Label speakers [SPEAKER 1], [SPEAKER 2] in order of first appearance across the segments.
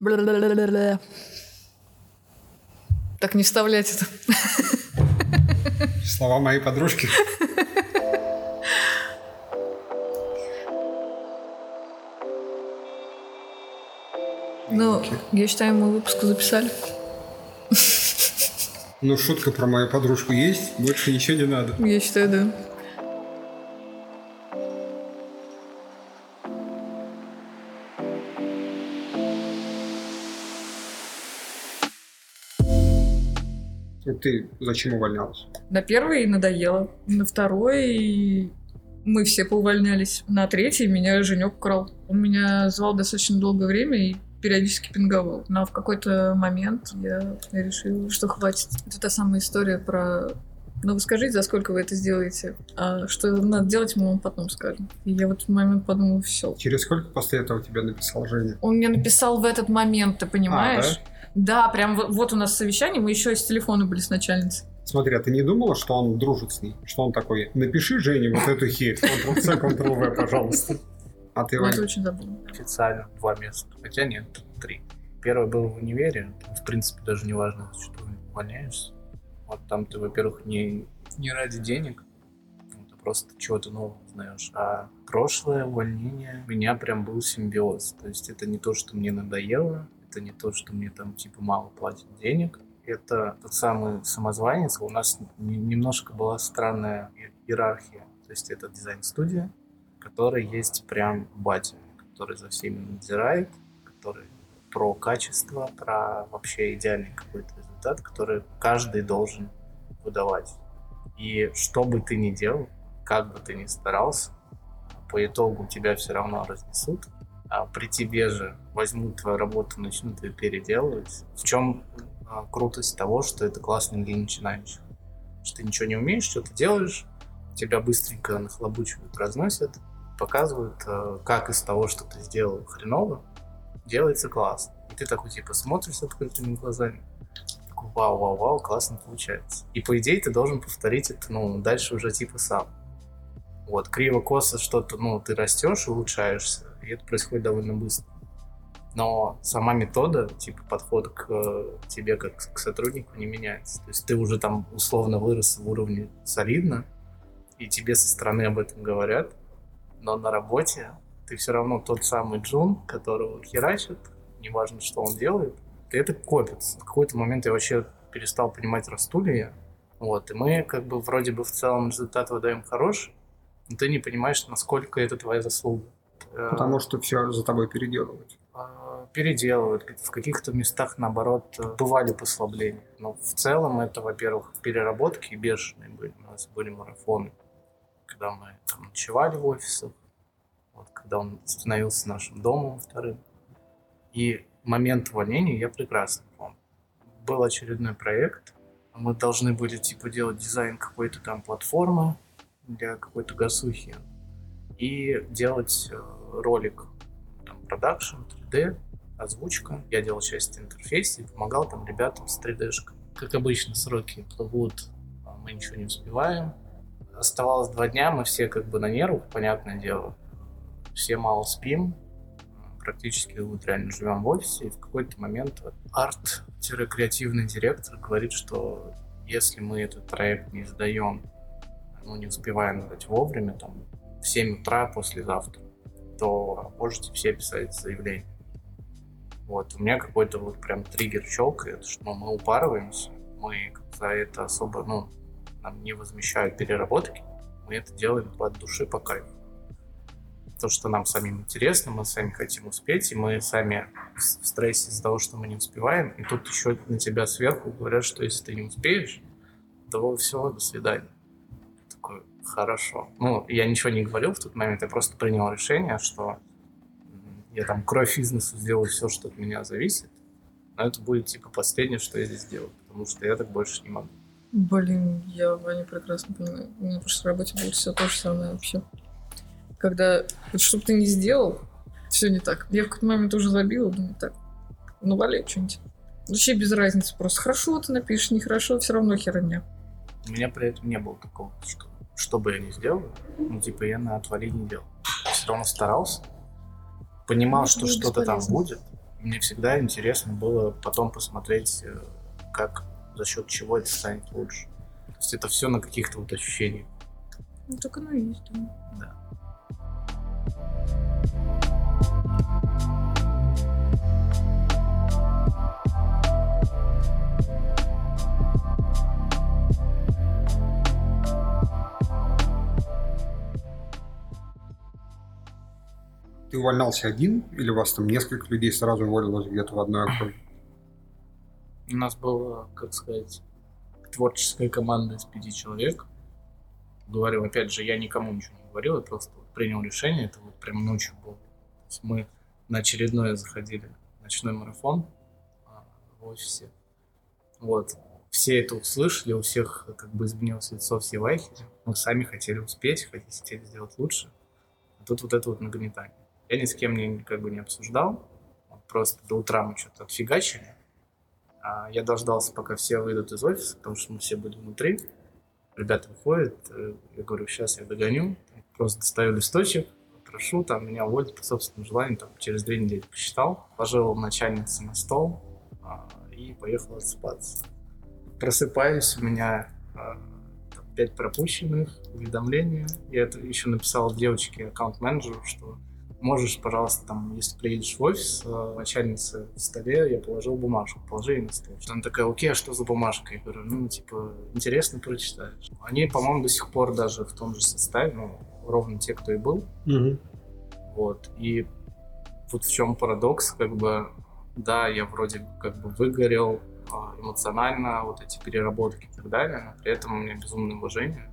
[SPEAKER 1] Бля-бля-бля-бля-бля. Так не вставлять это.
[SPEAKER 2] Слова моей подружки.
[SPEAKER 1] Ну, я считаю, мы выпуск записали.
[SPEAKER 2] Ну, шутка про мою подружку есть, больше ничего не надо.
[SPEAKER 1] Я считаю, да.
[SPEAKER 2] Ты зачем увольнялась?
[SPEAKER 1] На первый надоело. На второй мы все поувольнялись. На третий меня Женек украл. Он меня звал достаточно долгое время и периодически пинговал. Но в какой-то момент я решила, что хватит. Это та самая история про... Ну, вы скажите, за сколько вы это сделаете? А что надо делать, мы вам потом скажем. И я в этот момент подумала, все.
[SPEAKER 2] Через сколько после этого тебе написал Женя?
[SPEAKER 1] Он мне написал в этот момент, ты понимаешь?
[SPEAKER 2] Да?
[SPEAKER 1] Да, прям вот у нас совещание, мы еще из телефона были с начальницей.
[SPEAKER 2] Смотри, а ты не думала, что он дружит с ней? Что он такой, напиши Жене вот эту хит, Ctrl-C, Ctrl-V, пожалуйста. А ты,
[SPEAKER 1] Это очень забавно.
[SPEAKER 3] Официально 2 места. Хотя нет, 3. Первое было в универе. Там, в принципе, даже не важно, что ты увольняешься. Вот там ты, во-первых, не ради денег, ты просто чего-то нового узнаешь. А прошлое увольнение у меня прям был симбиоз. То есть это не то, что мне надоело, это не то, что мне там типа мало платят денег. Это тот самый самозванец. У нас немножко была странная иерархия. То есть это дизайн-студия, в которой есть прям батя, который за всеми надзирает, который про качество, про вообще идеальный какой-то результат, который каждый должен выдавать. И что бы ты ни делал, как бы ты ни старался, по итогу тебя все равно разнесут, а при тебе же возьмут твою работу, начнут ее переделывать. В чем крутость того, что это классно для начинающих? Что ты ничего не умеешь, что ты делаешь, тебя быстренько нахлобучивают, разносят, показывают, как из того, что ты сделал хреново, делается классно. И ты такой, типа, смотришь с открытыми глазами, такой, вау, классно получается. И по идее ты должен повторить это, дальше уже типа сам. Вот, криво-косо что-то, ты растешь, улучшаешься, и это происходит довольно быстро. Но сама метода, типа, подход к тебе как к сотруднику не меняется. То есть ты уже там условно вырос в уровне солидно, и тебе со стороны об этом говорят, но на работе ты все равно тот самый джун, которого херачат, неважно, что он делает, и это копится. В какой-то момент я вообще перестал понимать, расту ли я. Вот, и мы как бы вроде бы в целом результат выдаем хороший, но ты не понимаешь, насколько это твоя заслуга.
[SPEAKER 2] Потому что все за тобой переделывают.
[SPEAKER 3] Переделывают. В каких-то местах, наоборот, бывали послабления. Но в целом это, во-первых, переработки бешеные были. У нас были марафоны, когда мы там ночевали в офисах, вот, когда он становился нашим домом вторым. И момент увольнения я прекрасно помню. Был очередной проект. Мы должны были типа делать дизайн какой-то там платформы для какой-то гасухи и делать ролик, там, продакшн, 3D, озвучка. Я делал часть интерфейса и помогал там ребятам с 3D-шкой. Как обычно, сроки плывут, мы ничего не успеваем. Оставалось 2 дня, мы все как бы на нервах, понятное дело. Все мало спим, практически вот реально живем в офисе. И в какой-то момент арт-креативный директор говорит, что если мы этот проект не сдаем, не успеваем сдать вовремя, там, в 7 утра послезавтра, то можете все писать заявление. Вот, у меня какой-то вот прям триггер щелкает, что мы упарываемся, мы за это особо, нам не возмещают переработки, мы это делаем от души по кайфу. То, что нам самим интересно, мы сами хотим успеть, и мы сами в стрессе из-за того, что мы не успеваем, и тут еще на тебя сверху говорят, что если ты не успеешь, то все, до свидания. Такой, хорошо. Я ничего не говорил в тот момент, я просто принял решение, что я там кровь бизнесу сделаю все, что от меня зависит, но это будет типа последнее, что я здесь делаю, потому что я так больше не могу.
[SPEAKER 1] Блин, я Ваню прекрасно понимаю. У меня просто в работе будет все то же самое вообще. Когда вот что ты не сделал, все не так. Я в какой-то момент уже забила, думаю, так, вали что-нибудь. Вообще без разницы, просто хорошо ты напишешь, нехорошо, все равно херня.
[SPEAKER 3] У меня при этом не было такого, что бы я ни сделал, я на отвали не делал. Все равно старался, понимал, что что-то там будет, Мне всегда интересно было потом посмотреть, как, за счет чего это станет лучше. То есть это все на каких-то вот ощущениях.
[SPEAKER 1] Ну, так оно и есть, да.
[SPEAKER 3] Да.
[SPEAKER 2] Ты увольнялся один, или у вас там несколько людей сразу уволилось где-то в одной округе?
[SPEAKER 3] У нас была, как сказать, творческая команда из 5 человек. Говорю, опять же, я никому ничего не говорил, я просто вот принял решение, это вот прям ночью было. То есть мы на очередное заходили ночной марафон в офисе. Вот. Все это услышали, у всех как бы изменилось лицо, все в ахере. Мы сами хотели успеть, хотели сделать лучше. А тут вот это вот нагнетание. Я ни с кем как бы не обсуждал, просто до утра мы что-то отфигачили. Я дождался, пока все выйдут из офиса, потому что мы все были внутри. Ребята выходят, я говорю, сейчас я догоню, просто достаю листочек, прошу, там меня уволить по собственному желанию, там через 2 недели посчитал, положил начальнице на стол и поехал отсыпаться. Просыпаюсь, у меня 5 пропущенных, уведомления. Я это еще написал девочке, аккаунт-менеджеру, что можешь, пожалуйста, там, если приедешь в офис, начальница в столе, я положил бумажку, положи ей на стол. Она такая, окей, а что за бумажка? Я говорю, ну, типа, интересно, прочитаешь. Они, по-моему, до сих пор даже в том же составе, ну, ровно те, кто и был. Вот, и вот в чем парадокс, как бы, да, я вроде как бы выгорел эмоционально, вот эти переработки и так далее, но при этом у меня безумное уважение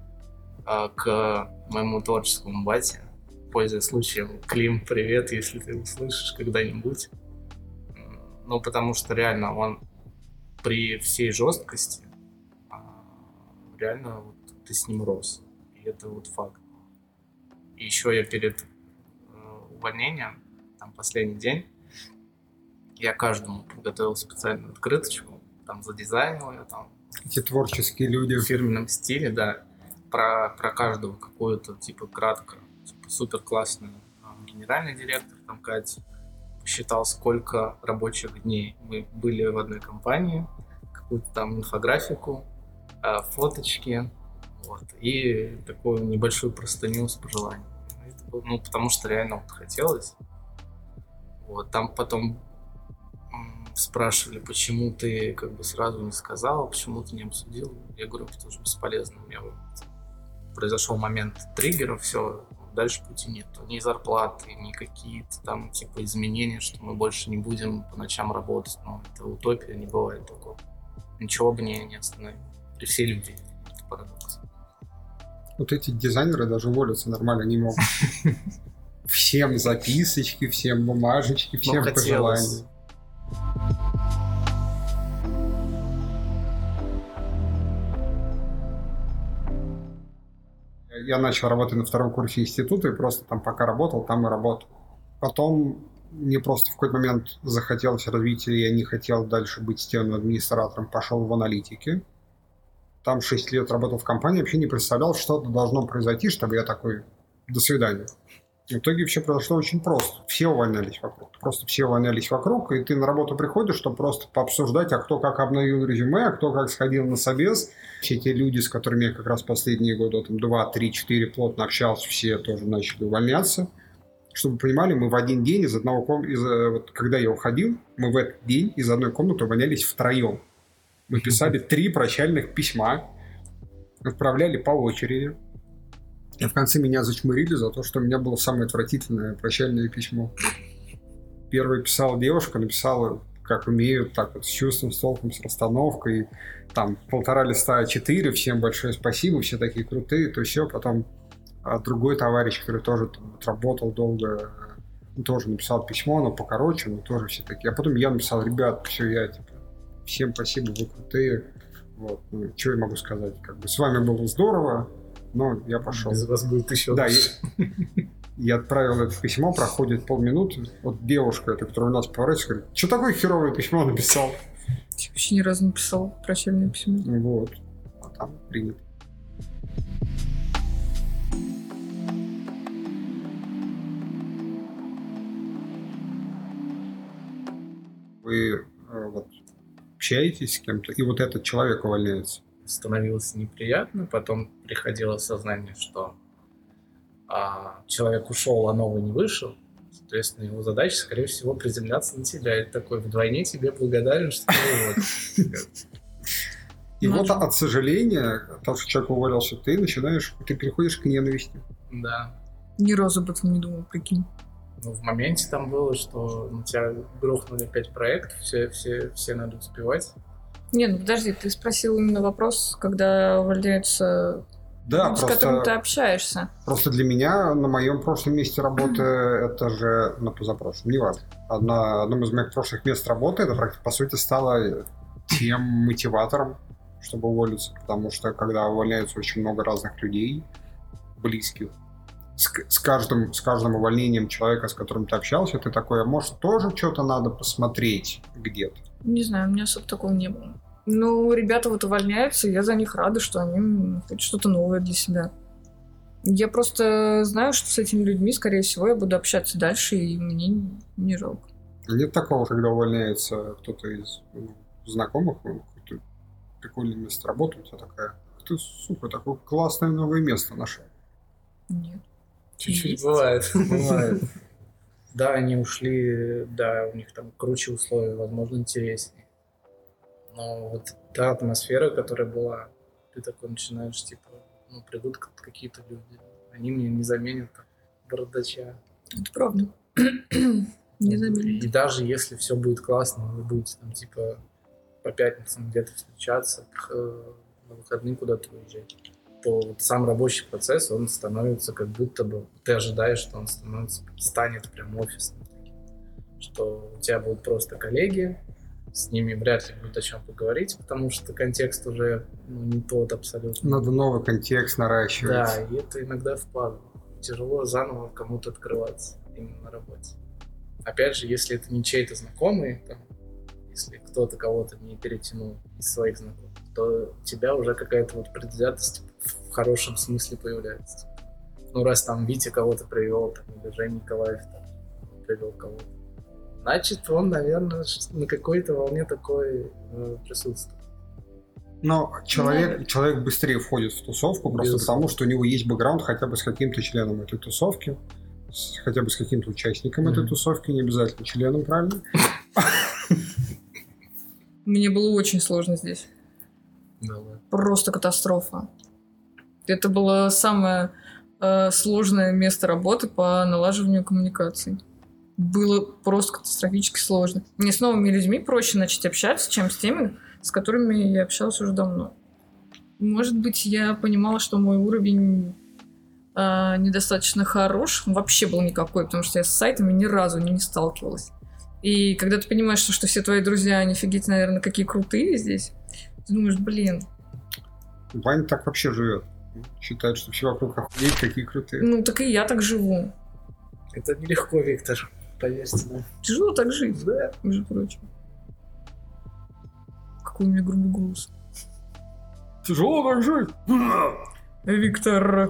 [SPEAKER 3] к моему творческому бате. Пользуясь случаем, Клим, привет, если ты услышишь когда-нибудь. Ну, потому что реально он при всей жесткости реально вот, ты с ним рос. И это вот факт. И еще я перед увольнением, там последний день, я каждому подготовил специальную открыточку, там задизайнил ее, там
[SPEAKER 2] Эти творческие люди.
[SPEAKER 3] в фирменном стиле, да, про каждого какую-то, типа, кратко. Супер классный генеральный директор, там Катя, посчитал, сколько рабочих дней мы были в одной компании, какую-то там инфографику, фоточки, вот, и такую небольшую простыню с пожеланиями. Ну, потому что реально вот хотелось. Вот, там потом спрашивали, почему ты как бы сразу не сказал, почему ты не обсудил. Я говорю, потому что бесполезно. У меня вот произошел момент триггера, все, дальше пути нет. Ни зарплаты, ни какие-то там типа изменения, что мы больше не будем по ночам работать. Ну, это утопия, не бывает такого. Ничего бы не остановило. При всей любви. Это парадокс.
[SPEAKER 2] Вот эти дизайнеры даже уволиться нормально не могут. Всем записочки, всем бумажечки, всем пожелания. Я начал работать на 2-м курсе института, и просто там пока работал, там и работал. Потом мне просто в какой-то момент захотелось развития, я не хотел дальше быть системным администратором, пошел в аналитики. Там 6 лет работал в компании, вообще не представлял, что должно произойти, чтобы я такой, до свидания. В итоге все произошло очень просто. Все увольнялись вокруг. Просто все увольнялись вокруг, и ты на работу приходишь, чтобы просто пообсуждать, а кто как обновил резюме, а кто как сходил на собес. Все те люди, с которыми я как раз последние годы, там 2, 3, 4 плотно общался, все тоже начали увольняться. Чтобы вы понимали, мы в один день из одного вот, когда я уходил, мы в этот день из одной комнаты увольнялись втроем. Мы писали 3 прощальных письма, отправляли по очереди. И в конце меня зачмырили за то, что у меня было самое отвратительное прощальное письмо. Первое писала девушка, написала, как умеют, так вот, с чувством, с толком, с расстановкой. Там 1,5 листа А4, всем большое спасибо, все такие крутые, то все. Потом другой товарищ, который тоже там, работал долго, тоже написал письмо, оно покороче, но тоже все такие. А потом я написал, ребят, все, я типа, всем спасибо, вы крутые. Вот, ну, что я могу сказать? Как бы с вами было здорово, но я пошел.
[SPEAKER 3] Без вас будет еще лучше.
[SPEAKER 2] Я отправил это письмо, проходит полминуты. Вот девушка, эта, которая у нас поворачивается, говорит, что такое херовое письмо написал?
[SPEAKER 1] Я вообще ни разу не писал прощальное письмо.
[SPEAKER 2] Вот. А там принято. вы вот общаетесь с кем-то, и вот этот человек увольняется.
[SPEAKER 3] Становилось неприятно, потом приходило осознание, что человек ушел, а новый не вышел. Соответственно, его задача, скорее всего, приземляться на тебя. И такой вдвойне тебе благодарен, что ты вот.
[SPEAKER 2] И вот от сожаления, того, что человек уволился, ты переходишь к ненависти.
[SPEAKER 3] Да.
[SPEAKER 1] Ни разу об этом не думал, прикинь.
[SPEAKER 3] Ну, в моменте там было, что на тебя грохнули 5 проектов, все надо успевать.
[SPEAKER 1] Не, ну подожди, ты спросил именно вопрос, когда увольняются, с которым ты общаешься.
[SPEAKER 2] Просто для меня на моем прошлом месте работы, это же на позапрошлом, неважно. На одном из моих прошлых мест работы это, по сути, стало тем мотиватором, чтобы уволиться, потому что когда увольняются очень много разных людей, близких, с каждым увольнением человека, с которым ты общался, ты такой, а может, тоже что-то надо посмотреть где-то?
[SPEAKER 1] Не знаю, у меня особо такого не было. Ну, ребята вот увольняются, и я за них рада, что они находят что-то новое для себя. Я просто знаю, что с этими людьми, скорее всего, я буду общаться дальше, и мне не жалко.
[SPEAKER 2] Нет такого, когда увольняется кто-то из знакомых, какое-то прикольное место работы, у тебя такая, ты, сука, такое классное новое место нашел.
[SPEAKER 1] Нет.
[SPEAKER 3] Чуть-чуть бывает. Да, они ушли, да, у них там круче условия, возможно, интереснее. Но вот та атмосфера, которая была, ты такой начинаешь, типа, придут какие-то люди, они мне не заменят бородача.
[SPEAKER 1] Это правда. Не заменят.
[SPEAKER 3] И даже если все будет классно, вы будете там, типа, по пятницам где-то встречаться, на выходные куда-то уезжать, то вот сам рабочий процесс, он становится как будто бы, ты ожидаешь, что он станет прям офисным. Что у тебя будут просто коллеги, с ними вряд ли будет о чем поговорить, потому что контекст уже не тот абсолютно.
[SPEAKER 2] Надо новый контекст наращивать.
[SPEAKER 3] Да, и это иногда впадло. Тяжело заново кому-то открываться именно на работе. Опять же, если это не чей-то знакомый, там, если кто-то кого-то не перетянул из своих знакомых, то у тебя уже какая-то вот предвзятость в хорошем смысле появляется. Ну, раз там Витя кого-то привел, там, или Женя Николаев там, привел кого-то, значит, он, наверное, на какой-то волне такой присутствует.
[SPEAKER 2] Но человек быстрее входит в тусовку, просто потому, что у него есть бэкграунд хотя бы с каким-то членом этой тусовки, хотя бы с каким-то участником этой тусовки, не обязательно членом, правильно?
[SPEAKER 1] Мне было очень сложно здесь. Просто катастрофа. Это было самое сложное место работы по налаживанию коммуникаций. Было просто катастрофически сложно. Мне с новыми людьми проще начать общаться, чем с теми, с которыми я общалась уже давно. Может быть, я понимала, что мой уровень недостаточно хорош. Вообще был никакой, потому что я с сайтами ни разу не сталкивалась. И когда ты понимаешь, что все твои друзья, они офигеть, наверное, какие крутые здесь, ты думаешь, блин.
[SPEAKER 2] Ваня так вообще живет. Считает, что все вокруг охуеть, какие крутые.
[SPEAKER 1] Ну, так и я так живу.
[SPEAKER 3] Это нелегко, Виктор, поверьте нам.
[SPEAKER 1] Тяжело так жить,
[SPEAKER 3] да,
[SPEAKER 1] между прочим. Какой у меня грубый голос.
[SPEAKER 2] Тяжело так жить.
[SPEAKER 1] Виктор.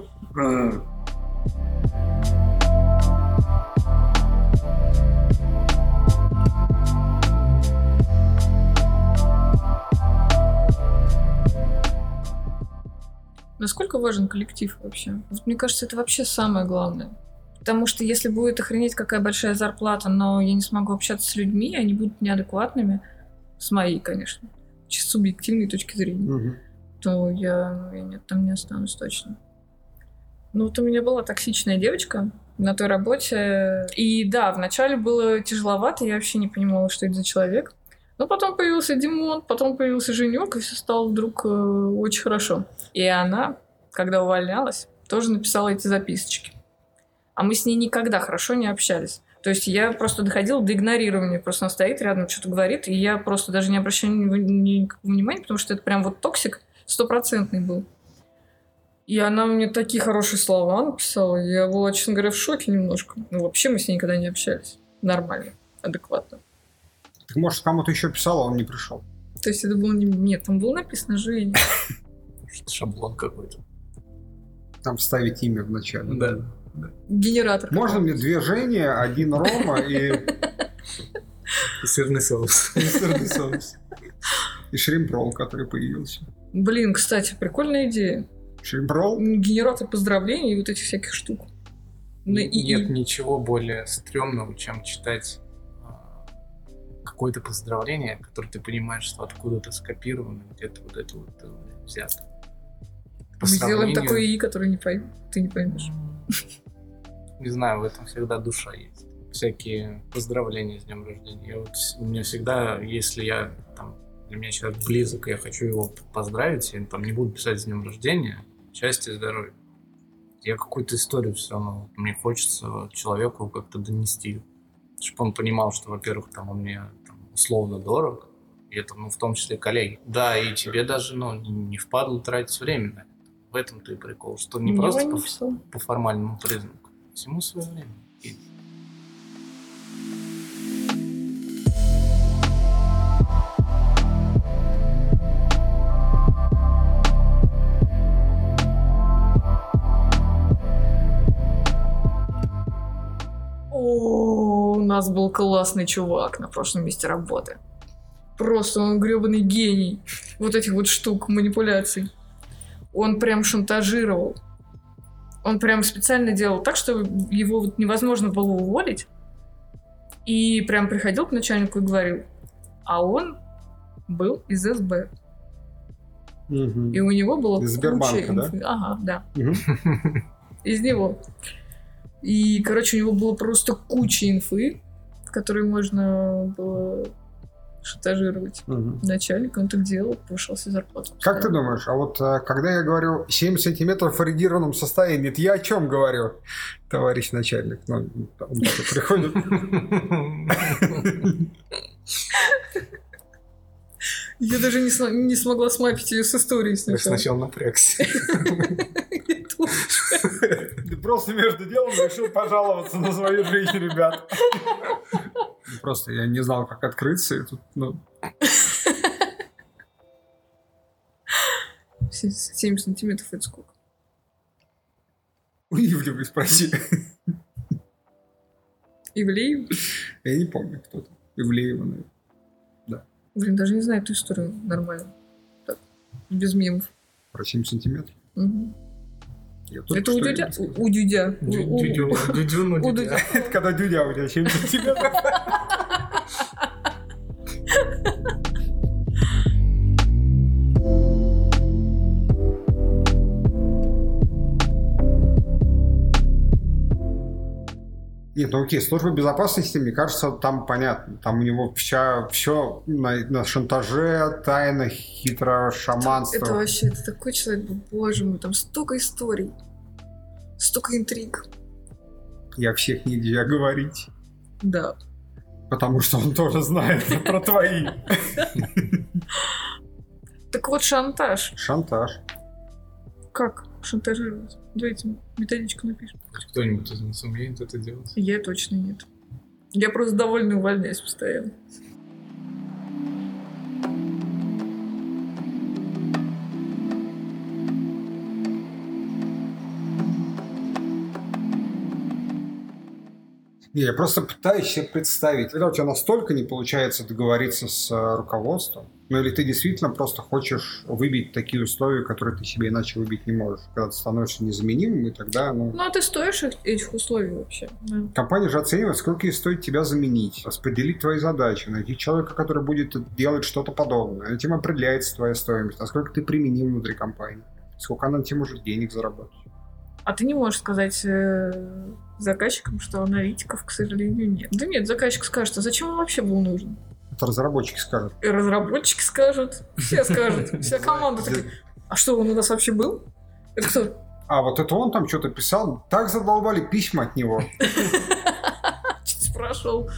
[SPEAKER 1] Насколько важен коллектив вообще? Вот мне кажется, это вообще самое главное. Потому что если будет охренеть какая большая зарплата, но я не смогу общаться с людьми, они будут неадекватными, с моей, конечно, чисто субъективной точки зрения, то я там не останусь точно. Ну вот у меня была токсичная девочка на той работе. И да, вначале было тяжеловато, я вообще не понимала, что это за человек. Но потом появился Димон, потом появился Женек, и все стало вдруг очень хорошо. И она, когда увольнялась, тоже написала эти записочки. А мы с ней никогда хорошо не общались. То есть я просто доходила до игнорирования. Просто она стоит рядом, что-то говорит, и я просто даже не обращаю никакого внимания, потому что это прям вот токсик 100% был. И она мне такие хорошие слова написала. Я была, честно говоря, в шоке немножко. Ну, вообще мы с ней никогда не общались. Нормально, адекватно.
[SPEAKER 2] Ты, может, кому-то еще писала, он не пришел.
[SPEAKER 1] То есть это было не... Нет, там было написано Женя.
[SPEAKER 3] Шаблон какой-то.
[SPEAKER 2] Там вставить имя в начале.
[SPEAKER 3] Да.
[SPEAKER 1] Генератор.
[SPEAKER 2] Можно мне 2 Жени, 1 Рома и...
[SPEAKER 3] И сырный соус.
[SPEAKER 2] И сырный соус. И шримп-ролл, который появился.
[SPEAKER 1] Блин, кстати, прикольная идея.
[SPEAKER 2] Шримп-ролл?
[SPEAKER 1] Генератор поздравлений и вот этих всяких штук.
[SPEAKER 3] Нет ничего более стрёмного, чем читать какое-то поздравление, которое ты понимаешь, что откуда-то скопировано, где-то вот это вот взято.
[SPEAKER 1] Мы сделаем такой ИИ, который ты не поймешь.
[SPEAKER 3] Не знаю, в этом всегда душа есть. Всякие поздравления с днем рождения. У меня всегда, если для меня человек близок, и я хочу его поздравить, я не буду писать с днем рождения, счастья, здоровья. Я какую-то историю все равно, мне хочется человеку как-то донести, чтобы он понимал, что, во-первых, он мне условно дорог, и это, в том числе коллеги. Да, и тебе даже, не впадло тратить время на это. В этом-то и прикол, что не просто по формальному признаку. Всему свое время.
[SPEAKER 1] У нас был классный чувак на прошлом месте работы. Просто он гребаный гений вот этих вот штук, манипуляций. Он прям шантажировал. Он прям специально делал так, что его невозможно было уволить. И прям приходил к начальнику и говорил, а он был из СБ.
[SPEAKER 2] Угу.
[SPEAKER 1] И у него было
[SPEAKER 2] из Сбербанка,
[SPEAKER 1] куча инфы.
[SPEAKER 2] Да?
[SPEAKER 1] Ага, да.
[SPEAKER 2] Угу.
[SPEAKER 1] Из него. И, у него было просто куча инфы, которые можно было шантажировать начальника. Он так делал, повышался зарплату.
[SPEAKER 2] Как ты думаешь, а вот когда я говорю 7 сантиметров в эрегированном состоянии, это я о чем говорю, товарищ начальник? Он так и приходит.
[SPEAKER 1] Я даже не смогла смапить ее с историей сначала.
[SPEAKER 3] Я сначала напрягся.
[SPEAKER 2] Ты просто между делом решил пожаловаться на свою жизнь, ребят. Просто я не знал, как открыться. И тут,
[SPEAKER 1] 7 сантиметров это сколько?
[SPEAKER 2] У Ивлевой спроси.
[SPEAKER 1] Ивлеев?
[SPEAKER 2] Я не помню, кто там. Ивлеева, наверное. Да.
[SPEAKER 1] Блин, даже не знаю эту историю нормально. Так, без мемов.
[SPEAKER 2] Про 7 сантиметров?
[SPEAKER 1] Угу. Это у Дудя?
[SPEAKER 3] У Дудя.
[SPEAKER 2] Это когда Дудя у тебя 7 сантиметров. Нет, окей, служба безопасности, мне кажется, там понятно. Там у него все на шантаже, тайна, хитро, шаманство.
[SPEAKER 1] Это вообще, это такой человек, боже мой, там столько историй, столько интриг.
[SPEAKER 2] Я всех нельзя говорить.
[SPEAKER 1] Да.
[SPEAKER 2] Потому что он тоже знает про твои.
[SPEAKER 1] Так вот, шантаж.
[SPEAKER 2] Шантаж.
[SPEAKER 1] Как шантажировать? Давайте методичку напишем.
[SPEAKER 3] Кто-нибудь из нас умеет это делать?
[SPEAKER 1] Я точно нет. Я просто довольно увольняюсь постоянно.
[SPEAKER 2] Я просто пытаюсь себе представить, когда у тебя настолько не получается договориться с руководством, или ты действительно просто хочешь выбить такие условия, которые ты себе иначе выбить не можешь, когда ты становишься незаменимым, и тогда...
[SPEAKER 1] а ты стоишь этих условий вообще? Да.
[SPEAKER 2] Компания же оценивает, сколько ей стоит тебя заменить, распределить твои задачи, найти человека, который будет делать что-то подобное. Этим определяется твоя стоимость, насколько ты применим внутри компании, сколько она тебе может денег заработать.
[SPEAKER 1] А ты не можешь сказать заказчикам, что аналитиков, к сожалению, нет. Да нет, заказчик скажет, а зачем он вообще был нужен?
[SPEAKER 2] Это разработчики скажут.
[SPEAKER 1] И разработчики скажут, все скажут, вся команда такая. А что, он у нас вообще был? Это кто?
[SPEAKER 2] А вот это он там что-то писал, так задолбали письма от него.
[SPEAKER 1] Что-то спрашивал.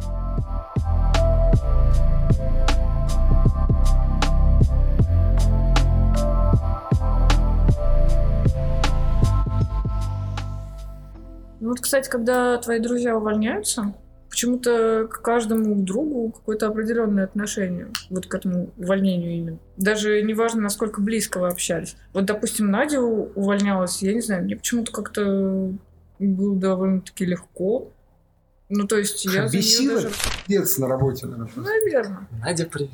[SPEAKER 1] Ну вот, кстати, когда твои друзья увольняются, почему-то к каждому другу какое-то определенное отношение, вот к этому увольнению именно. Даже неважно, насколько близко вы общались. Вот, допустим, Надя увольнялась, я не знаю, мне почему-то как-то было довольно-таки легко. Ну, то есть я за
[SPEAKER 2] Бесила
[SPEAKER 1] нее даже...
[SPEAKER 2] пиздец на работе, наверное.
[SPEAKER 1] Наверное.
[SPEAKER 3] Надя, привет.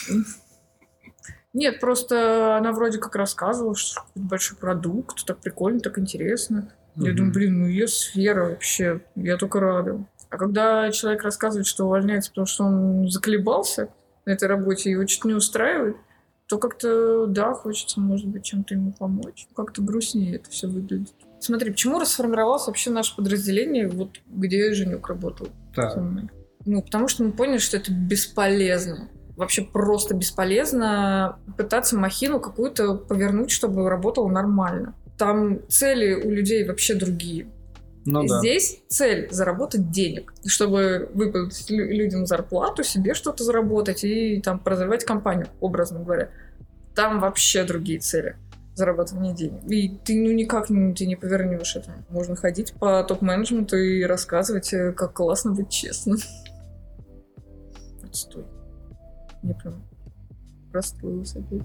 [SPEAKER 1] Нет, просто она вроде как рассказывала, что какой-то большой продукт, так прикольно, так интересно. Я думаю, блин, ну ее сфера вообще, я только рада. А когда человек рассказывает, что увольняется, потому что он заколебался на этой работе, его что-то не устраивает, то как-то, да, хочется, может быть, чем-то ему помочь. Как-то грустнее это все выглядит. Смотри, почему расформировалось вообще наше подразделение, вот где Женек работал со мной? Ну, потому что мы поняли, что это бесполезно. Вообще просто бесполезно пытаться махину какую-то повернуть, чтобы работало нормально. Там цели у людей вообще другие.
[SPEAKER 2] Ну,
[SPEAKER 1] здесь цель — заработать денег, чтобы выплатить людям зарплату, себе что-то заработать и там развивать компанию, образно говоря. Там вообще другие цели зарабатывания денег. И ты никак ты не повернешь это. Можно ходить по топ-менеджменту и рассказывать, как классно быть честным. Отстой. Я прям расстроилась опять.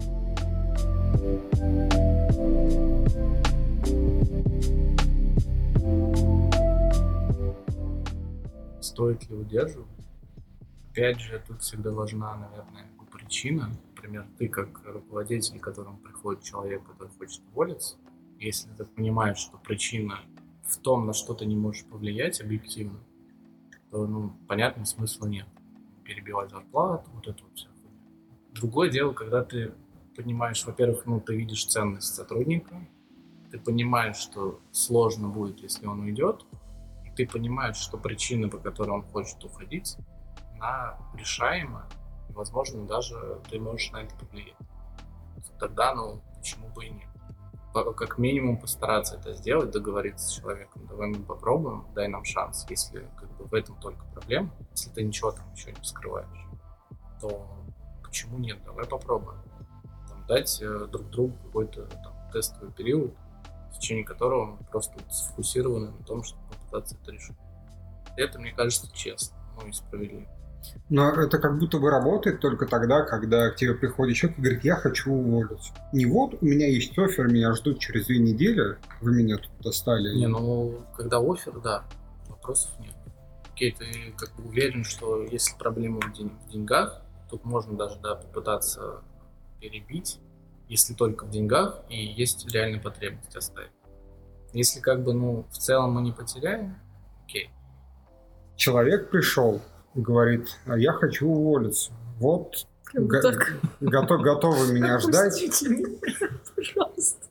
[SPEAKER 3] Стоит ли удерживать? Опять же, тут всегда важна, наверное, причина. Например, ты как руководитель, к которому приходит человек, который хочет уволиться, если ты понимаешь, что причина в том, на что ты не можешь повлиять объективно, то, понятно, смысла нет. Перебивать зарплату, вот это вот все. Другое дело, когда ты понимаешь, во-первых, ты видишь ценность сотрудника, ты понимаешь, что сложно будет, если он уйдет, и ты понимаешь, что причина, по которой он хочет уходить, она решаема, и, возможно, даже ты можешь на это повлиять. Тогда, почему бы и нет? Как минимум постараться это сделать, договориться с человеком, давай мы попробуем, дай нам шанс. Если в этом только проблема, если ты ничего там еще не скрываешь, то почему нет? Давай попробуем. Дать друг другу какой-то тестовый период, в течение которого мы просто сфокусированы на том, чтобы попытаться это решить. Это, мне кажется, честно, и справедливо.
[SPEAKER 2] Но это как будто бы работает только тогда, когда к тебе приходит человек и говорит, я хочу уволиться. Не вот, у меня есть оффер, меня ждут через 2 недели, вы меня тут достали.
[SPEAKER 3] Когда оффер, да, вопросов нет. Окей, ты уверен, что если проблема в деньгах, тут можно даже попытаться перебить, если только в деньгах и есть реальная потребность оставить. Если в целом мы не потеряем, окей.
[SPEAKER 2] Человек пришел и говорит, а я хочу уволиться. Вот, готовы меня ждать.
[SPEAKER 1] Пустите меня, пожалуйста.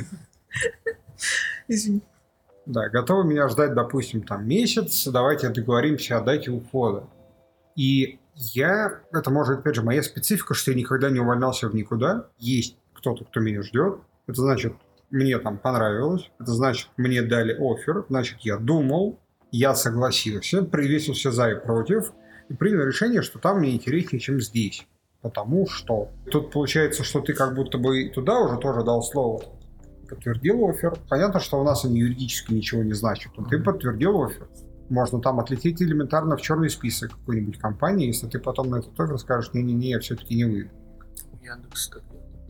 [SPEAKER 1] Извини.
[SPEAKER 2] Да, готовы меня ждать, допустим, месяц, давайте договоримся о дате ухода. И это может, опять же, моя специфика, что я никогда не увольнялся в никуда. Есть кто-то, кто меня ждет. Это значит, мне понравилось. Это значит, мне дали оффер. Значит, я думал, я согласился, привесил все за и против и принял решение, что там мне интереснее, чем здесь. Потому что тут получается, что ты как будто бы туда уже тоже дал слово. Подтвердил оффер. Понятно, что у нас они юридически ничего не значат. Но ты подтвердил оффер. Можно отлететь элементарно в черный список какой-нибудь компании, если ты потом на этот оффер скажешь, не-не-не, я все-таки не выйду.
[SPEAKER 3] Яндекс так.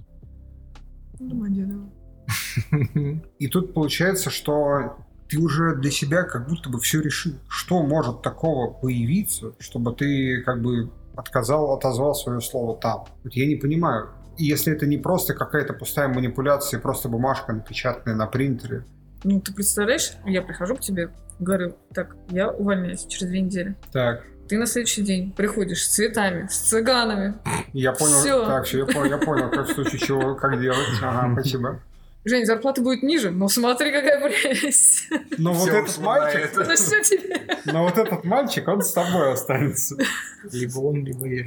[SPEAKER 1] Думаю, деда.
[SPEAKER 2] И тут получается, что ты уже для себя как будто бы все решил. Что может такого появиться, чтобы ты отозвал свое слово там? Вот я не понимаю. И если это не просто какая-то пустая манипуляция, просто бумажка напечатанная на принтере.
[SPEAKER 1] Ты представляешь, я прихожу к тебе, говорю, так, я увольняюсь через 2 недели.
[SPEAKER 2] Так.
[SPEAKER 1] Ты на следующий день приходишь с цветами, с цыганами.
[SPEAKER 2] Я понял.
[SPEAKER 1] Всё.
[SPEAKER 2] Так, все, я понял, как в случае чего, как делать. Ага, спасибо.
[SPEAKER 1] Жень, зарплата будет ниже, но смотри, какая прелесть.
[SPEAKER 2] Но вот этот мальчик...
[SPEAKER 1] Ну что тебе?
[SPEAKER 2] Но вот этот мальчик, он с тобой останется.
[SPEAKER 3] Либо он, либо я.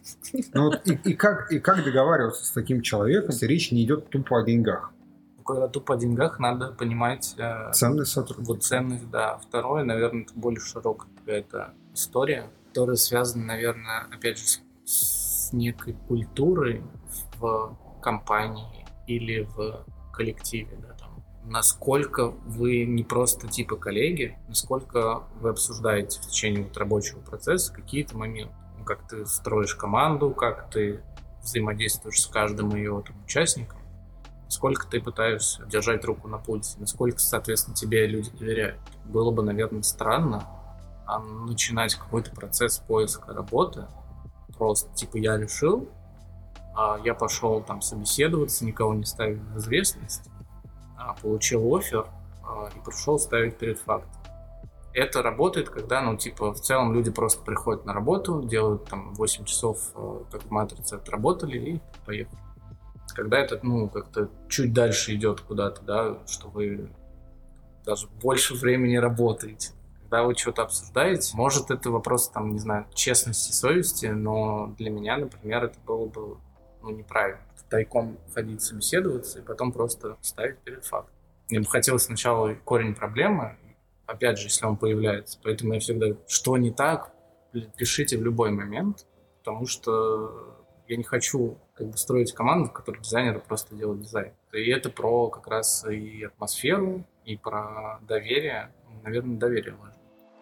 [SPEAKER 2] И как договариваться с таким человеком, если речь не идет тупо о деньгах?
[SPEAKER 3] Когда тупо о деньгах, надо понимать...
[SPEAKER 2] Ценность сотрудника.
[SPEAKER 3] Вот ценность, да. Второе, наверное, это более широкая какая-то история, которая связана, наверное, опять же, с некой культурой в компании или в коллективе, да, насколько вы не просто коллеги, насколько вы обсуждаете в течение рабочего процесса какие-то моменты, как ты строишь команду, как ты взаимодействуешь с каждым ее участником, насколько ты пытаешься держать руку на пульсе, насколько, соответственно, тебе люди доверяют. Было бы, наверное, странно начинать какой-то процесс поиска работы. Просто, типа, я решил, я пошел там собеседоваться, никого не ставил в известность, получил оффер и пришел ставить перед фактом. Это работает, когда, ну, типа, в целом люди просто приходят на работу, делают там 8 часов, как в «Матрице», отработали и поехали. Когда это, ну, как-то чуть дальше идет куда-то, да, что вы даже больше времени работаете. Когда вы что-то обсуждаете, может, это вопрос, там, не знаю, честности, совести, но для меня, например, это было бы, ну, неправильно. Тайком ходить собеседоваться и потом просто ставить перед фактом. Мне бы хотелось сначала корень проблемы, опять же, если он появляется. Поэтому я всегда, что не так, пишите в любой момент, потому что я не хочу как бы строить команду, в которой дизайнеры просто делают дизайн. И это про как раз и атмосферу, и про доверие. Наверное, доверие важно.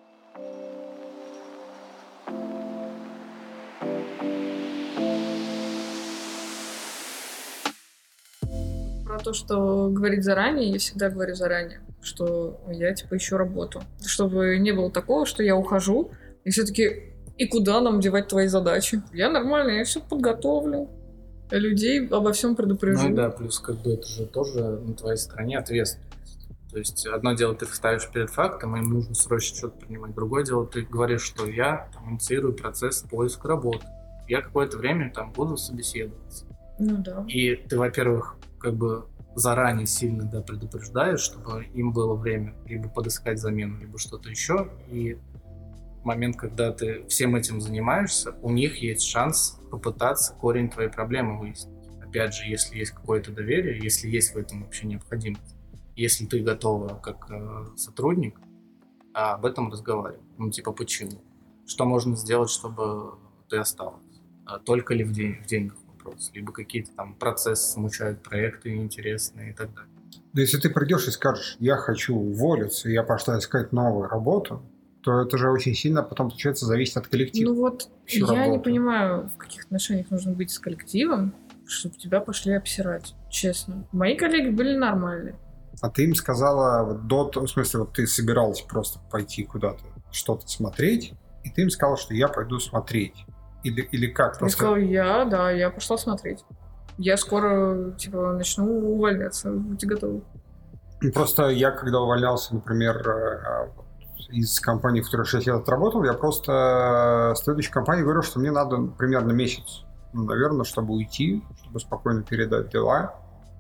[SPEAKER 1] Про то, что говорить заранее, я всегда говорю заранее, что я, типа, ищу работу. Чтобы не было такого, что я ухожу, и все таки и куда нам девать твои задачи? Я нормально, я все подготовлю. Людей обо всем предупрежу.
[SPEAKER 3] Ну да, плюс как бы это же тоже на твоей стороне ответственность. То есть одно дело ты ставишь перед фактом, им нужно срочно что-то принимать. Другое дело ты говоришь, что я там инициирую процесс поиска работы. Я какое-то время там буду собеседоваться.
[SPEAKER 1] Ну да.
[SPEAKER 3] И ты, во-первых, как бы заранее сильно, да, предупреждаешь, чтобы им было время либо подыскать замену, либо что-то еще. И в момент, когда ты всем этим занимаешься, у них есть шанс попытаться корень твоей проблемы выяснить. Опять же, если есть какое-то доверие, если есть в этом вообще необходимость, если ты готова как сотрудник об этом разговаривать. Ну, типа, почему? Что можно сделать, чтобы ты осталась? Только ли в деньгах вопрос? Либо какие-то там процессы смущают, проекты неинтересные и так далее.
[SPEAKER 2] Но если ты придешь и скажешь, я хочу уволиться, и я пошла искать новую работу, то это же очень сильно потом, получается, зависит от коллектива.
[SPEAKER 1] Ну вот, я не понимаю, в каких отношениях нужно быть с коллективом, чтобы тебя пошли обсирать, честно. Мои коллеги были нормальные.
[SPEAKER 2] А ты им сказала, в смысле, вот ты собиралась просто пойти куда-то что-то смотреть, и ты им сказала, что я пойду смотреть. Или как?
[SPEAKER 1] Я сказала, я пошла смотреть. Я скоро, типа, начну увольняться. Будьте готовы.
[SPEAKER 2] Просто я, когда увольнялся, например, из компании, в которой 6 лет отработал, я просто следующей компании говорю, что мне надо примерно месяц, наверное, чтобы уйти, чтобы спокойно передать дела.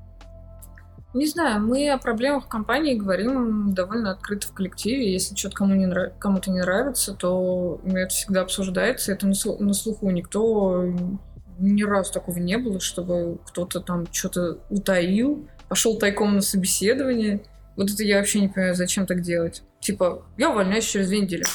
[SPEAKER 1] Не знаю, мы о проблемах компании говорим довольно открыто в коллективе. Если что-то кому-то не нравится, то это всегда обсуждается. Это на слуху. Никто ни разу такого не было, чтобы кто-то там что-то утаил, пошел тайком на собеседование. Вот это я вообще не понимаю, зачем так делать. Типа, я увольняюсь через 2 недели.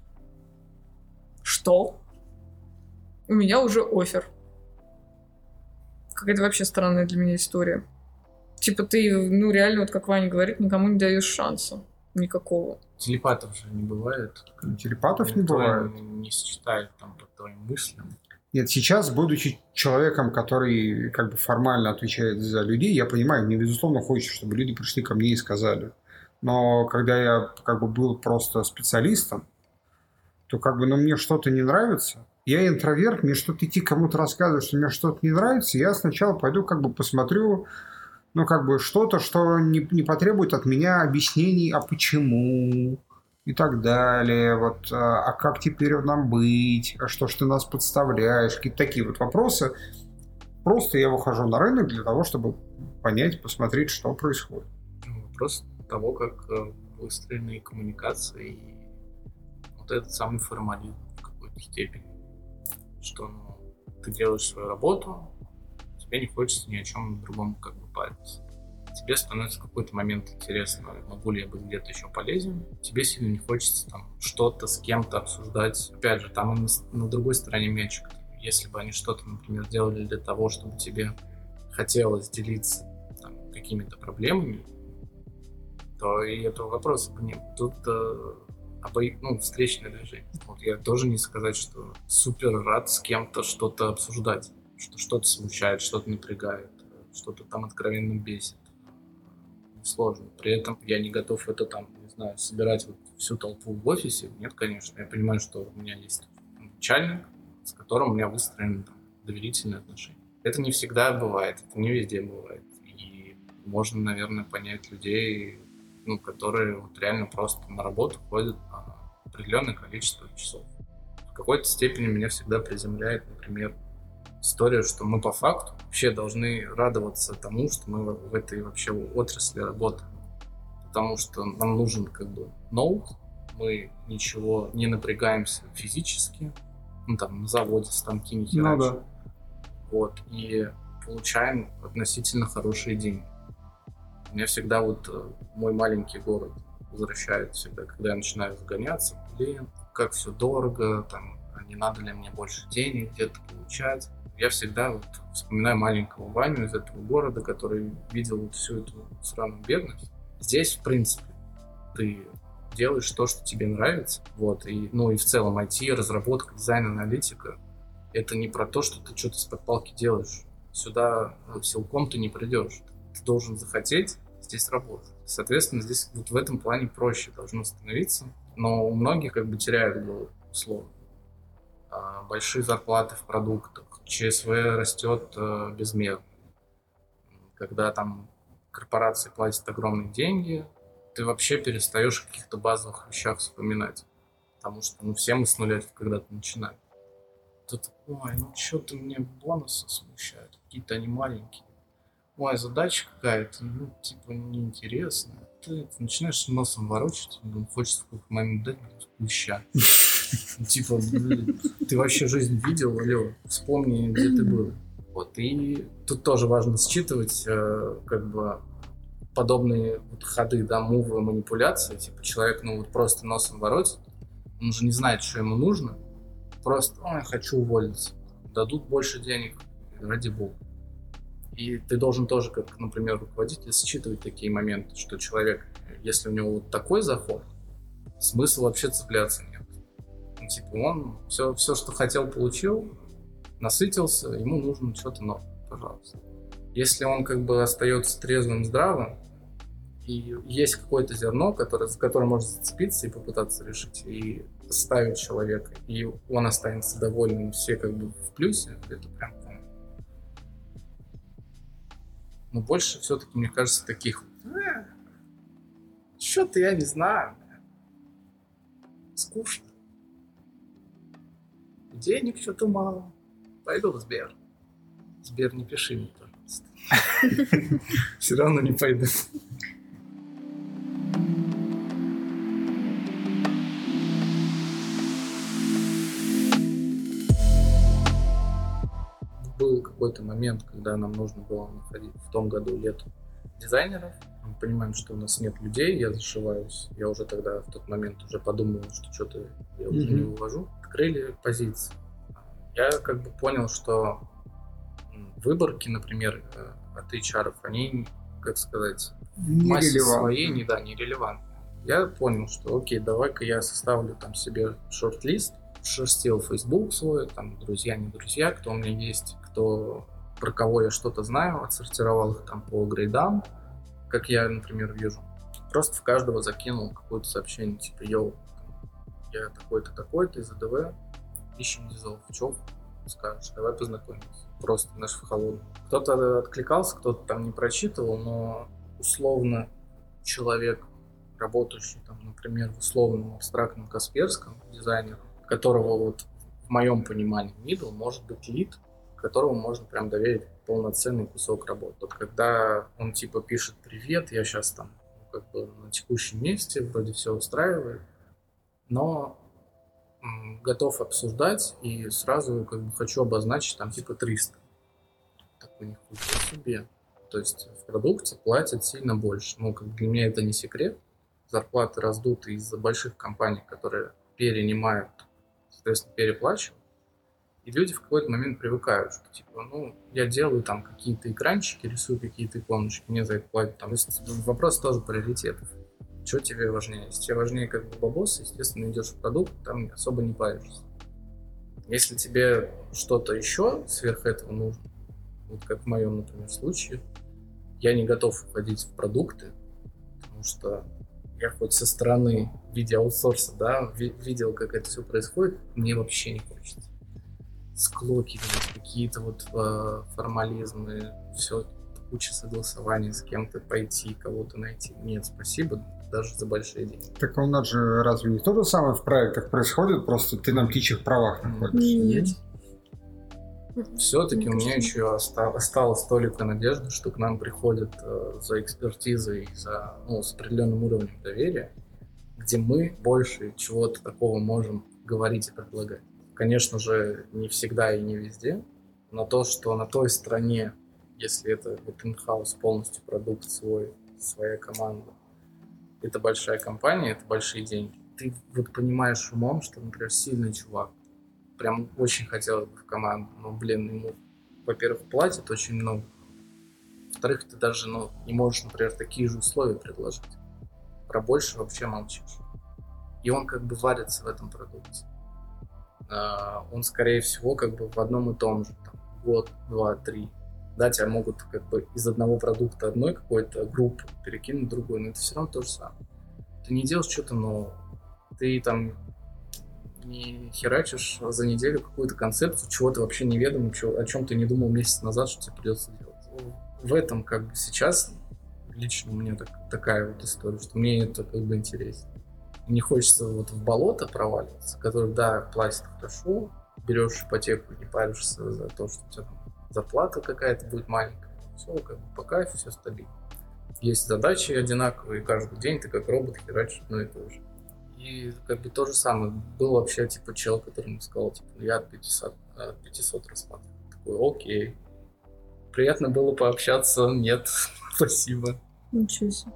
[SPEAKER 1] Что? У меня уже оффер. Какая-то вообще странная для меня история. Типа ты, реально, вот как Ваня говорит, никому не даешь шанса. Никакого.
[SPEAKER 3] Телепатов же не бывает.
[SPEAKER 2] Телепатов не бывает.
[SPEAKER 3] Не считает там по твоим мыслям.
[SPEAKER 2] Нет, сейчас, будучи человеком, который как бы формально отвечает за людей, я понимаю, мне, безусловно, хочется, чтобы люди пришли ко мне и сказали. Но когда я как бы был просто специалистом, то как бы, мне что-то не нравится. Я интроверт, мне что-то идти кому-то рассказывать, что мне что-то не нравится, я сначала пойду как бы посмотрю, как бы что-то, что не потребует от меня объяснений, а почему и так далее. Вот, а как теперь нам быть? А что ж ты нас подставляешь? Какие-то такие вот вопросы. Просто я выхожу на рынок для того, чтобы понять, посмотреть, что происходит.
[SPEAKER 3] Вопрос того, как выстроены коммуникации и вот этот самый формализм в какой-то степени. Что ты делаешь свою работу, тебе не хочется ни о чем другом как бы париться. Тебе становится в какой-то момент интересно, могу ли я быть где-то еще полезен. Тебе сильно не хочется там что-то с кем-то обсуждать. Опять же, там и на другой стороне мячик. Если бы они что-то, например, делали для того, чтобы тебе хотелось делиться там какими-то проблемами, то и этого вопроса бы не было. Тут встречное движение. Вот я тоже не сказать, что супер рад с кем-то что-то обсуждать. Что что-то смущает, что-то напрягает, что-то там откровенно бесит. Сложно. При этом я не готов это там, не знаю, собирать вот всю толпу в офисе. Нет, конечно. Я понимаю, что у меня есть начальник, с которым у меня выстроены там доверительные отношения. Это не всегда бывает, это не везде бывает. И можно, наверное, понять людей, которые вот реально просто на работу ходят на определенное количество часов. В какой-то степени меня всегда приземляет, например, история, что мы по факту вообще должны радоваться тому, что мы в этой вообще отрасли работаем. Потому что нам нужен как бы ноут, мы ничего не напрягаемся физически, там на заводе станки не херачим.
[SPEAKER 2] Да.
[SPEAKER 3] Вот, и получаем относительно хорошие деньги. Меня всегда вот мой маленький город возвращает всегда, когда я начинаю загоняться, блин, как все дорого, там, а не надо ли мне больше денег где-то получать. Я всегда вот вспоминаю маленького Ваню из этого города, который видел вот всю эту сраную бедность. Здесь, в принципе, ты делаешь то, что тебе нравится. Вот, и в целом IT, разработка, дизайн, аналитика — это не про то, что ты что-то из-под палки делаешь. Сюда силком ты не придешь. Ты должен захотеть здесь работать. Соответственно, здесь вот в этом плане проще должно становиться. Но у многих как бы теряют голову, условно. Большие зарплаты в продуктах, ЧСВ растет безмерно. Когда там корпорации платят огромные деньги, ты вообще перестаешь о каких-то базовых вещах вспоминать. Потому что все мы с нуля когда-то начинали. Тут, что-то мне бонусы смущают, какие-то они маленькие. Задача какая-то, неинтересная. Ты начинаешь носом ворочать, хочется в какой-то момент дать леща. Ты вообще жизнь видел, алло, вспомни, где ты был. Вот, и тут тоже важно считывать, подобные вот ходы, да, мувы, манипуляции. Человек, просто носом воротит, он же не знает, что ему нужно. Просто, хочу уволиться. Дадут больше денег, ради бога. И ты должен тоже, как, например, руководитель, считывать такие моменты, что человек, если у него вот такой заход, смысла вообще цепляться нет. Он все, что хотел, получил, насытился, ему нужно что-то новое, пожалуйста. Если он остается трезвым, здравым, и есть какое-то зерно, за которое можно зацепиться и попытаться решить, и ставить человека, и он останется довольным, все в плюсе, это прям. Но больше все-таки, мне кажется, таких что-то я не знаю. Скучно. Денег что-то мало. Пойду в Сбер. Сбер, не пиши мне, пожалуйста. Все равно не пойду. Был какой-то момент, когда нам нужно было находить в том году летом дизайнеров. Мы понимаем, что у нас нет людей, я зашиваюсь. Я уже тогда в тот момент уже подумал, что что-то я уже не вывожу. Открыли позиции. Я понял, что выборки, например, от HR, они, в массе своей нерелевантны. Я понял, что окей, давай-ка я составлю там себе шорт-лист, шерстил Facebook свой, там друзья, не друзья, кто у меня есть, про кого я что-то знаю, отсортировал их там по грейдам, как я, например, вижу. Просто в каждого закинул какое-то сообщение, йоу, я такой-то, такой-то из АДВ, ищем дизов, чё скажешь, давай познакомимся. Просто наш холодный. Кто-то откликался, кто-то там не прочитывал, но условно человек, работающий там, например, в условном абстрактном Касперском, дизайнер, которого вот в моем понимании middle может быть лид, которому можно прям доверить полноценный кусок работы. Вот когда он пишет привет, я сейчас там на текущем месте, вроде все устраивает, но готов обсуждать и сразу хочу обозначить там 300. Такой нихуя себе. То есть в продукте платят сильно больше. Для меня это не секрет. Зарплаты раздуты из-за больших компаний, которые перенимают, соответственно, переплачивают. И люди в какой-то момент привыкают, что я делаю там какие-то экранчики, рисую какие-то иконочки, мне за это платят. Там вопрос тоже приоритетов. Что тебе важнее? Если тебе важнее бабос, естественно, идешь в продукт, там особо не паришься. Если тебе что-то еще сверх этого нужно, вот как в моем, например, случае, я не готов уходить в продукты, потому что я хоть со стороны в виде аутсорса, да, видел, как это все происходит, мне вообще не хочется. Склоки, какие-то вот формализмы, все, куча согласований с кем-то пойти, кого-то найти. Нет, спасибо, даже за большие деньги.
[SPEAKER 2] Так у нас же разве не то же самое в проектах происходит, просто ты на птичьих правах находишься?
[SPEAKER 3] Нет. Все-таки у меня еще осталась только надежда, что к нам приходят за экспертизой, с определенным уровнем доверия, где мы больше чего-то такого можем говорить и предлагать. Конечно же, не всегда и не везде, но то, что на той стороне, если это вот in-house, полностью продукт свой, своя команда, это большая компания, это большие деньги. Ты вот понимаешь умом, что, например, сильный чувак, прям очень хотелось бы в команду, но, ему, во-первых, платят очень много, во-вторых, ты даже, не можешь, например, такие же условия предложить. Про больше вообще молчишь. И он как бы варится в этом продукте. Он, скорее всего, как бы в одном и том же, там, год, два, три. Да, тебя могут как бы из одного продукта одной какой-то группы перекинуть в другую, но это все равно то же самое. Ты не делаешь что-то нового. Ты там не херачишь за неделю какую-то концепцию, чего-то вообще неведомо, о чем ты не думал месяц назад, что тебе придется делать. В этом как бы сейчас лично у меня такая вот история, что мне это как бы интересно. Не хочется вот в болото проваливаться, который, да, платит хорошо, берешь ипотеку, не паришься за то, что у тебя там зарплата какая-то будет маленькая. Все как бы по кайфу, все стабильно. Есть задачи одинаковые, каждый день ты как робот херачишь одно и то же. И как бы то же самое. Был вообще типа чел, который мне сказал, типа, я от 500 рассматриваю. Такой, окей. Приятно было пообщаться, нет, спасибо.
[SPEAKER 1] Ничего себе.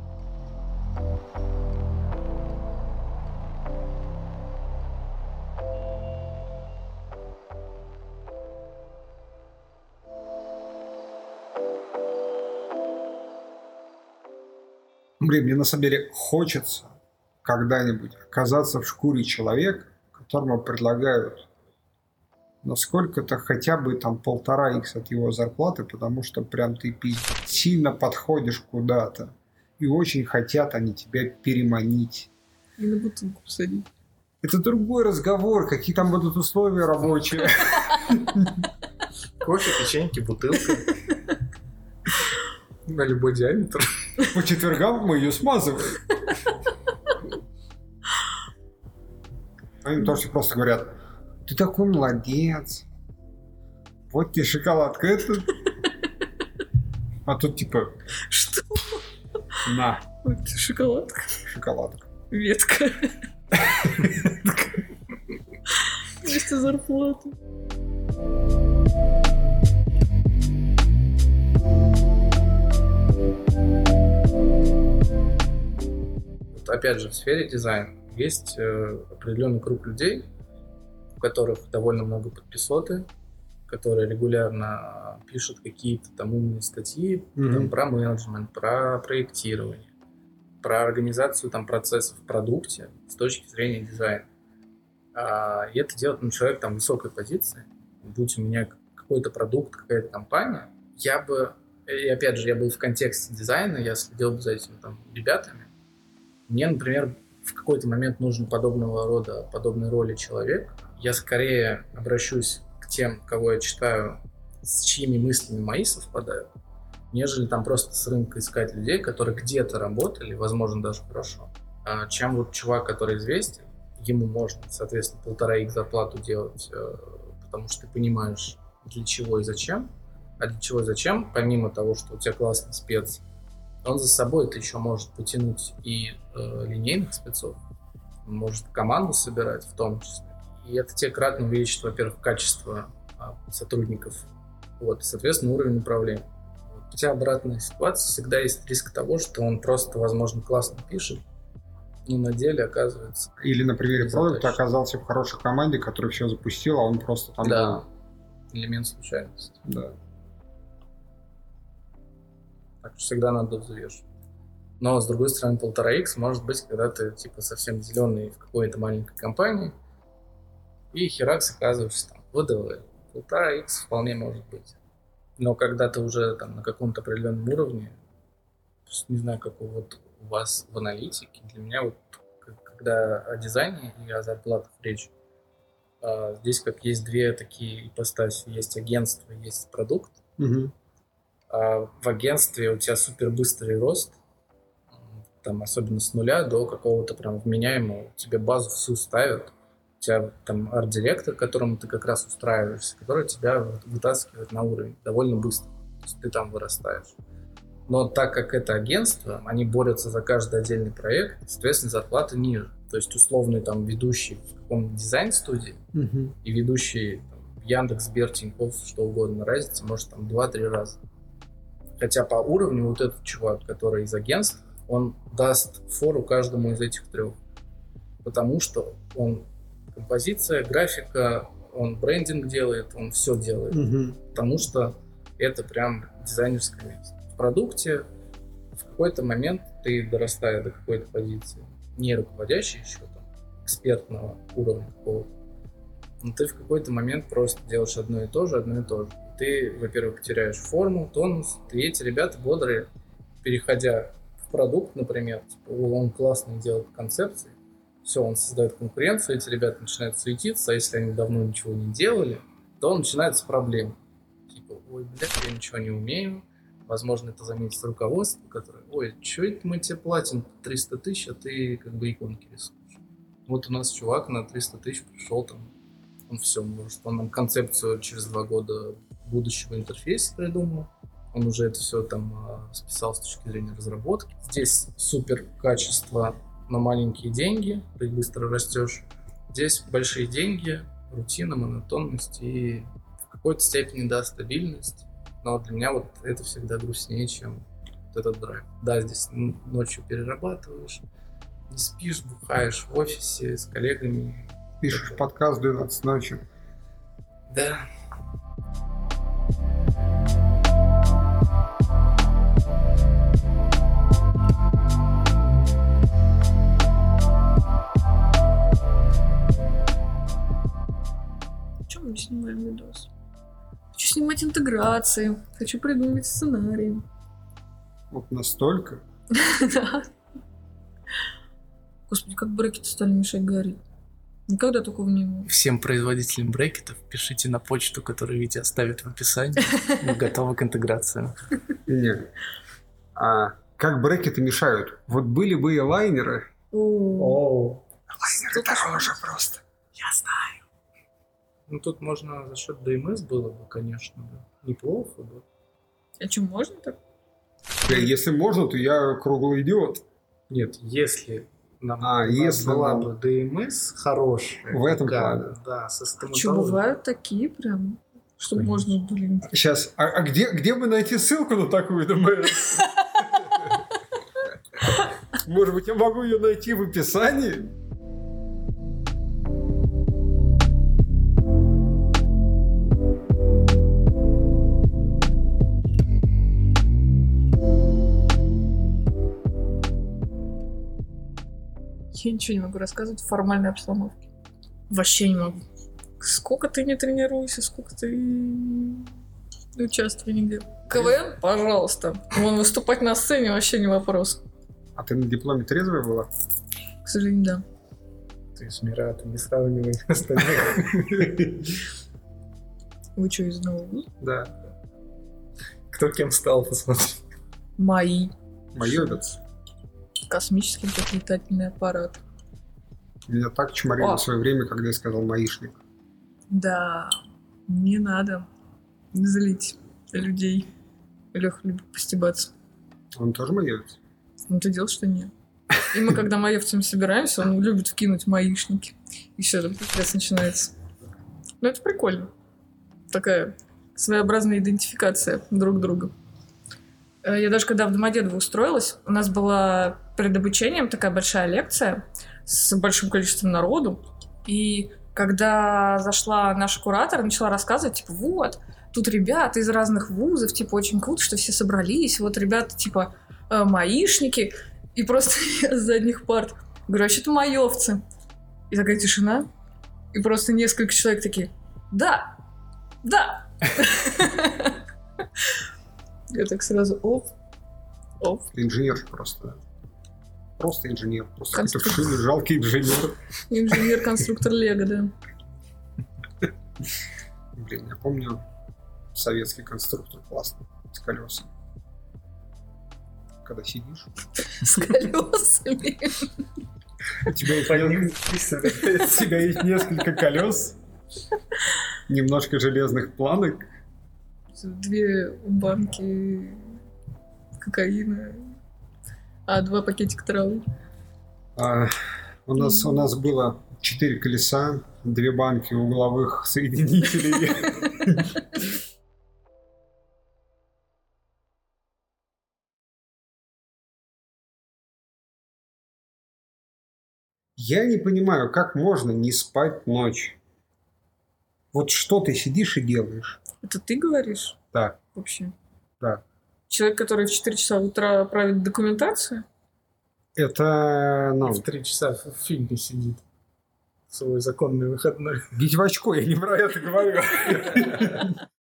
[SPEAKER 2] Мне на самом деле хочется когда-нибудь оказаться в шкуре человека, которому предлагают насколько-то хотя бы там 1,5x от его зарплаты, потому что прям ты сильно подходишь куда-то, и очень хотят они тебя переманить.
[SPEAKER 1] И на бутылку посадить.
[SPEAKER 2] Это другой разговор, какие там будут условия рабочие.
[SPEAKER 3] Кофе, печеньки, бутылка. На любой диаметр.
[SPEAKER 2] По четвергам мы ее смазываем. Они тоже просто говорят, ты такой молодец. Вот тебе шоколадка эта. А тут типа...
[SPEAKER 1] Что?
[SPEAKER 2] На.
[SPEAKER 1] Вот шоколадка.
[SPEAKER 2] Шоколадка.
[SPEAKER 1] Ветка. Вместо зарплаты.
[SPEAKER 3] Опять же, в сфере дизайна есть определенный круг людей, у которых довольно много подписоты, которые регулярно пишут какие-то там умные статьи там, про менеджмент, про проектирование, про организацию там, процессов в продукте с точки зрения дизайна. И это делает человек там высокой позиции. Будь у меня какой-то продукт, какая-то компания, и опять же, я был в контексте дизайна, я следил бы за этими там ребятами. Мне, например, в какой-то момент нужен подобной роли человек. Я скорее обращусь к тем, кого я читаю, с чьими мыслями мои совпадают, нежели там просто с рынка искать людей, которые где-то работали, возможно, даже хорошо. Чем вот чувак, который известен, ему можно, соответственно, 1,5x зарплату делать, потому что ты понимаешь, для чего и зачем. А для чего и зачем, помимо того, что у тебя классный спец, он за собой это еще может потянуть и линейных спецов, может команду собирать в том числе. И это тебе кратно увеличит, во-первых, качество сотрудников, соответственно, уровень управления. У тебя обратная ситуация, всегда есть риск того, что он просто, возможно, классно пишет, но на деле оказывается...
[SPEAKER 2] Или на примере продукта оказался в хорошей команде, которая все запустила, а он просто там...
[SPEAKER 3] Да, элемент случайности.
[SPEAKER 2] Да.
[SPEAKER 3] Так что всегда надо взвешивать. Но, с другой стороны, 1,5x может быть, когда ты типа совсем зеленый в какой-то маленькой компании, и херакс оказываешься там в ВДВ. 1,5x вполне может быть. Но когда ты уже там на каком-то определенном уровне, не знаю, как вот у вас в аналитике. Для меня вот, когда о дизайне и о зарплатах речь, здесь как есть две такие ипостаси. Есть агентство, есть продукт.
[SPEAKER 2] Мгм.
[SPEAKER 3] А в агентстве у тебя супер быстрый рост, там особенно с нуля до какого-то прям вменяемого. Тебе базу всю ставят. У тебя там арт-директор, к которому ты как раз устраиваешься, который тебя вытаскивает на уровень довольно быстро. То есть ты там вырастаешь. Но так как это агентство, они борются за каждый отдельный проект, соответственно, зарплата ниже. То есть условный там ведущий в каком-то дизайн-студии
[SPEAKER 2] Мгм.
[SPEAKER 3] и ведущий там, в Яндекс, Сбер, Тинькофф, что угодно, разница может там 2-3 раза. Хотя по уровню вот этот чувак, который из агентства, он даст фору каждому из этих трех. Потому что он композиция, графика, он брендинг делает, он все делает.
[SPEAKER 2] Мгм.
[SPEAKER 3] Потому что это прям дизайнерское место. В продукте в какой-то момент ты дорастаешь до какой-то позиции, не руководящей еще, там, экспертного уровня какого-то, но ты в какой-то момент просто делаешь одно и то же. И ты, во-первых, теряешь форму, тонус, и эти ребята бодрые, переходя в продукт, например, типа, он классно делает концепции, все, он создает конкуренцию, эти ребята начинают суетиться, а если они давно ничего не делали, то начинаются проблемы. Типа, ой, блядь, я ничего не умею, возможно, это заметит руководство, которое, ой, что это мы тебе платим 300 тысяч, а ты как бы иконки рисуешь. Вот у нас чувак на 300 тысяч пришел, там, он все может, он нам концепцию через 2 года будущего интерфейса придумал, он уже это все там списал с точки зрения разработки. Здесь супер качество на маленькие деньги, ты быстро растешь. Здесь большие деньги, рутина, монотонность и в какой-то степени, да, стабильность. Но для меня вот это всегда грустнее, чем вот этот драйв. Да, здесь ночью перерабатываешь, не спишь, бухаешь в офисе с коллегами.
[SPEAKER 2] Пишешь подкаст 12 ночи.
[SPEAKER 3] Да.
[SPEAKER 1] Чем мы снимаем видос? Хочу снимать интеграции, хочу придумать сценарий.
[SPEAKER 2] Вот настолько.
[SPEAKER 1] Да. Господи, как брекеты стали мешать Гарри. Никогда такого не было.
[SPEAKER 3] Всем производителям брекетов пишите на почту, которую Витя оставит в описании. Мы готовы к интеграции.
[SPEAKER 2] Не. А как брекеты мешают? Вот были бы и лайнеры.
[SPEAKER 1] О,
[SPEAKER 2] Лайнеры дороже просто.
[SPEAKER 3] Я знаю. Ну, тут можно за счет DMS было бы, конечно, да. Неплохо бы.
[SPEAKER 1] а что, можно так?
[SPEAKER 2] Если можно, то я круглый идиот.
[SPEAKER 3] Нет, если нам
[SPEAKER 2] если
[SPEAKER 3] была
[SPEAKER 2] нам-
[SPEAKER 3] бы DMS хорошая.
[SPEAKER 2] В этом
[SPEAKER 3] такая,
[SPEAKER 2] плане.
[SPEAKER 3] Да, со
[SPEAKER 1] Что,
[SPEAKER 3] стоматологией.
[SPEAKER 1] бывают такие прям? Чтобы
[SPEAKER 3] Конечно.
[SPEAKER 1] можно, блин.
[SPEAKER 2] Сейчас, где бы найти ссылку на такую ДМС? Может быть, я могу ее найти в описании?
[SPEAKER 1] Я ничего не могу рассказывать в формальной обстановке. Вообще не могу. Сколько ты не тренируешься, сколько ты не участвуй нигде. КВН, пожалуйста. Вон выступать на сцене вообще не вопрос.
[SPEAKER 2] А ты на дипломе трезвая была?
[SPEAKER 1] К сожалению, да.
[SPEAKER 3] Ты с Мира, ты не сравнивай остальных.
[SPEAKER 1] Вы что, из одного вуза?
[SPEAKER 2] Да.
[SPEAKER 3] Кто кем стал, посмотри.
[SPEAKER 1] Мои.
[SPEAKER 2] Моёбец.
[SPEAKER 1] Космический как летательный аппарат.
[SPEAKER 2] Меня так чморили
[SPEAKER 1] О.
[SPEAKER 2] в свое время, когда я сказал маишник.
[SPEAKER 1] Да, не надо злить людей. Леха любит постебаться.
[SPEAKER 2] Он тоже моёбец?
[SPEAKER 1] Ну, ты делал, что нет. И мы, когда маевцами собираемся, он любит вкинуть маишники. И все, там пиздец начинается. Ну, это прикольно. Такая своеобразная идентификация друг друга. Я даже когда в Домодедово устроилась, у нас была перед обучением такая большая лекция с большим количеством народу. И когда зашла наша куратор, начала рассказывать, типа, вот, тут ребята из разных вузов, типа, очень круто, что все собрались. Вот ребята, типа, маишники. И просто я с задних парт говорю, а что-то маевцы. И такая тишина. И просто несколько человек такие, да, да. Я так сразу, оп.
[SPEAKER 2] Ты инженер просто. Просто инженер. Просто какой-то вшивый, жалкий инженер.
[SPEAKER 1] Инженер-конструктор Лего, да.
[SPEAKER 2] Блин, я помню советский конструктор классный, с колесами. Когда сидишь.
[SPEAKER 1] С колесами.
[SPEAKER 2] У тебя есть несколько колес, немножко железных планок.
[SPEAKER 1] 2 банки кокаина, 2 пакетика травы.
[SPEAKER 2] У нас было 4 колеса, 2 банки угловых соединителей. Я не понимаю, как можно не спать ночью. Вот что ты сидишь и делаешь?
[SPEAKER 1] Это ты говоришь?
[SPEAKER 2] Да.
[SPEAKER 1] Вообще?
[SPEAKER 2] Да.
[SPEAKER 1] Человек, который в 4 часа утра правит документацию?
[SPEAKER 2] Это,
[SPEAKER 4] в 3 часа в фильме сидит. Свой законный выходной.
[SPEAKER 2] бить в очко, я не про это говорю.